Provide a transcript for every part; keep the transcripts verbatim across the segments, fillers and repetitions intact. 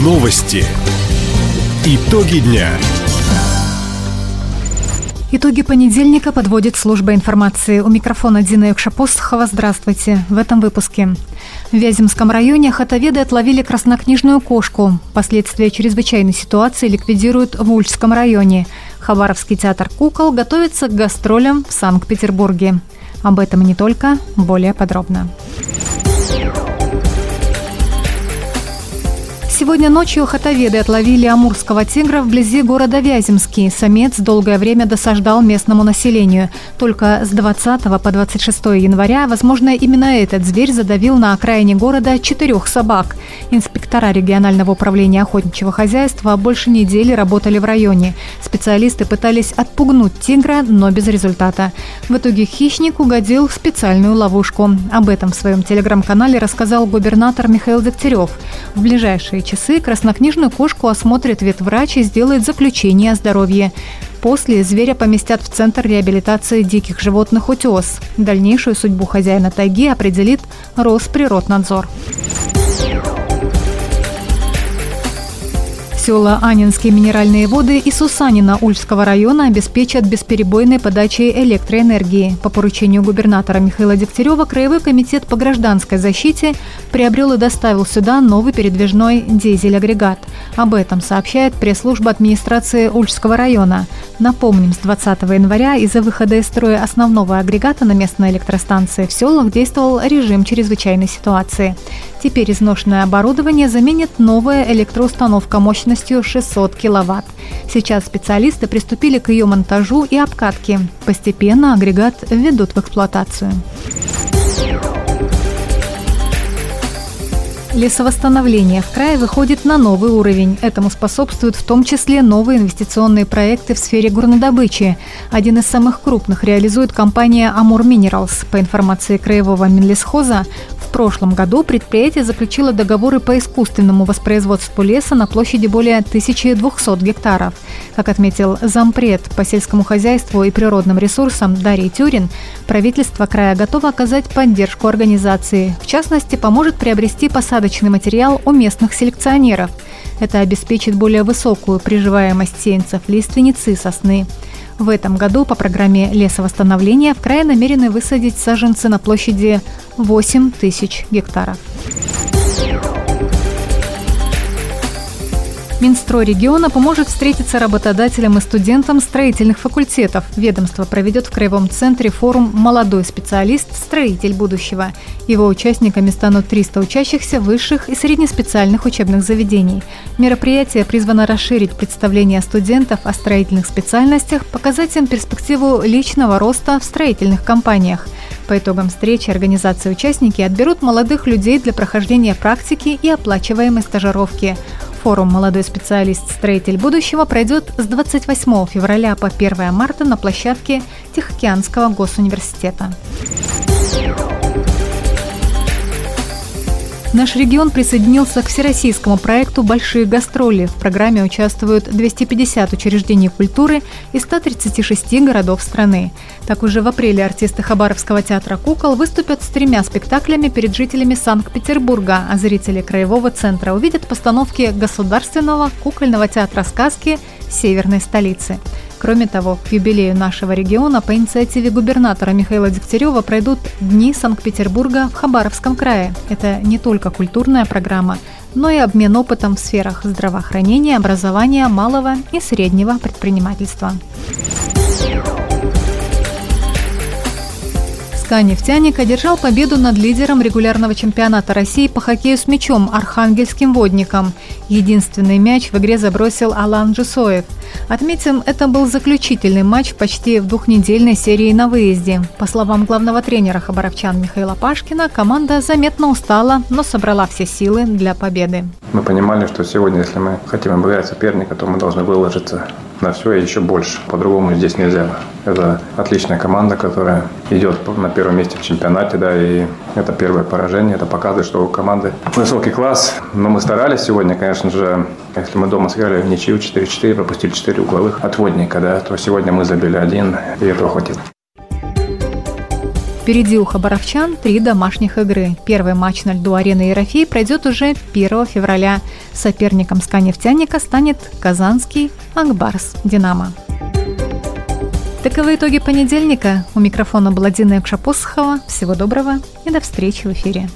Новости. Итоги дня. Итоги понедельника подводит служба информации. У микрофона Дина Юкшапосхова. Здравствуйте. В этом выпуске. В Вяземском районе охотоведы отловили краснокнижную кошку. Последствия чрезвычайной ситуации ликвидируют в Ульчском районе. Хабаровский театр кукол готовится к гастролям в Санкт-Петербурге. Об этом и не только, более подробно. Сегодня ночью охотоведы отловили амурского тигра вблизи города Вяземский. Самец долгое время досаждал местному населению. Только с двадцатого по двадцать шестое января, возможно, именно этот зверь задавил на окраине города четырех собак. Инспектора регионального управления охотничьего хозяйства больше недели работали в районе. Специалисты пытались отпугнуть тигра, но без результата. В итоге хищник угодил в специальную ловушку. Об этом в своем телеграм-канале рассказал губернатор Михаил Дегтярев. В ближайшие часы краснокнижную кошку осмотрит ветврач и сделает заключение о здоровье. После зверя поместят в Центр реабилитации диких животных «Утес». Дальнейшую судьбу хозяина тайги определит Росприроднадзор. Села Анинские минеральные воды и Сусанина Ульчского района обеспечат бесперебойной подачей электроэнергии. По поручению губернатора Михаила Дегтярева Краевой комитет по гражданской защите приобрел и доставил сюда новый передвижной дизель-агрегат. Об этом сообщает пресс-служба администрации Ульчского района. Напомним, с двадцатого января из-за выхода из строя основного агрегата на местной электростанции в селах действовал режим чрезвычайной ситуации. Теперь изношенное оборудование заменит новая электроустановка мощностью шестьсот киловатт. Сейчас специалисты приступили к ее монтажу и обкатке. Постепенно агрегат введут в эксплуатацию. Лесовосстановление в крае выходит на новый уровень. Этому способствуют в том числе новые инвестиционные проекты в сфере горнодобычи. Один из самых крупных реализует компания «Амур Минералс». По информации краевого Минлесхоза, в прошлом году предприятие заключило договоры по искусственному воспроизводству леса на площади более тысячи двухсот гектаров. Как отметил зампред по сельскому хозяйству и природным ресурсам Дарий Тюрин, правительство края готово оказать поддержку организации. В частности, поможет приобрести посадочный материал у местных селекционеров. Это обеспечит более высокую приживаемость сеянцев лиственницы и сосны. В этом году по программе лесовосстановления в крае намерены высадить саженцы на площади восемь тысяч гектаров. Минстрой региона поможет встретиться работодателям и студентам строительных факультетов. Ведомство проведет в Краевом центре форум «Молодой специалист. Строитель будущего». Его участниками станут триста учащихся высших и среднеспециальных учебных заведений. Мероприятие призвано расширить представление студентов о строительных специальностях, показать им перспективу личного роста в строительных компаниях. По итогам встречи организации и участники отберут молодых людей для прохождения практики и оплачиваемой стажировки. Форум «Молодой специалист. Строитель будущего» пройдет с двадцать восьмого февраля по первое марта на площадке Тихоокеанского госуниверситета. Наш регион присоединился к всероссийскому проекту «Большие гастроли». В программе участвуют двести пятьдесят учреждений культуры из ста тридцати шести городов страны. Так, уже в апреле артисты Хабаровского театра кукол выступят с тремя спектаклями перед жителями Санкт-Петербурга, а зрители Краевого центра увидят постановки Государственного кукольного театра сказки северной столицы. Кроме того, к юбилею нашего региона по инициативе губернатора Михаила Дегтярева пройдут Дни Санкт-Петербурга в Хабаровском крае. Это не только культурная программа, но и обмен опытом в сферах здравоохранения, образования, малого и среднего предпринимательства. СКА «Нефтяник» одержал победу над лидером регулярного чемпионата России по хоккею с мячом архангельским водником. Единственный мяч в игре забросил Алан Джусоев. Отметим, это был заключительный матч почти в двухнедельной серии на выезде. По словам главного тренера хабаровчан Михаила Пашкина, команда заметно устала, но собрала все силы для победы. Мы понимали, что сегодня, если мы хотим обыграть соперника, то мы должны выложиться на все и еще больше. По-другому здесь нельзя. Это отличная команда, которая идет на первом месте в чемпионате, да, и это первое поражение. Это показывает, что у команды высокий класс. Но мы старались сегодня, конечно же, если мы дома сыграли в ничью четыре-четыре, пропустили четыре угловых отводника, да, то сегодня мы забили один, и этого хватило. Впереди у хабаровчан три домашних игры. Первый матч на льду арены «Ерофей» пройдет уже первого февраля. Соперником «СКА-Нефтяника» станет казанский «Акбарс Динамо». Таковы итоги понедельника. У микрофона была Дина Якшапосхова. Всего доброго и до встречи в эфире.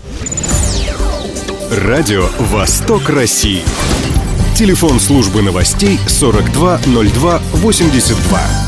Радио «Восток России». Телефон службы новостей сорок два ноль два восемьдесят два.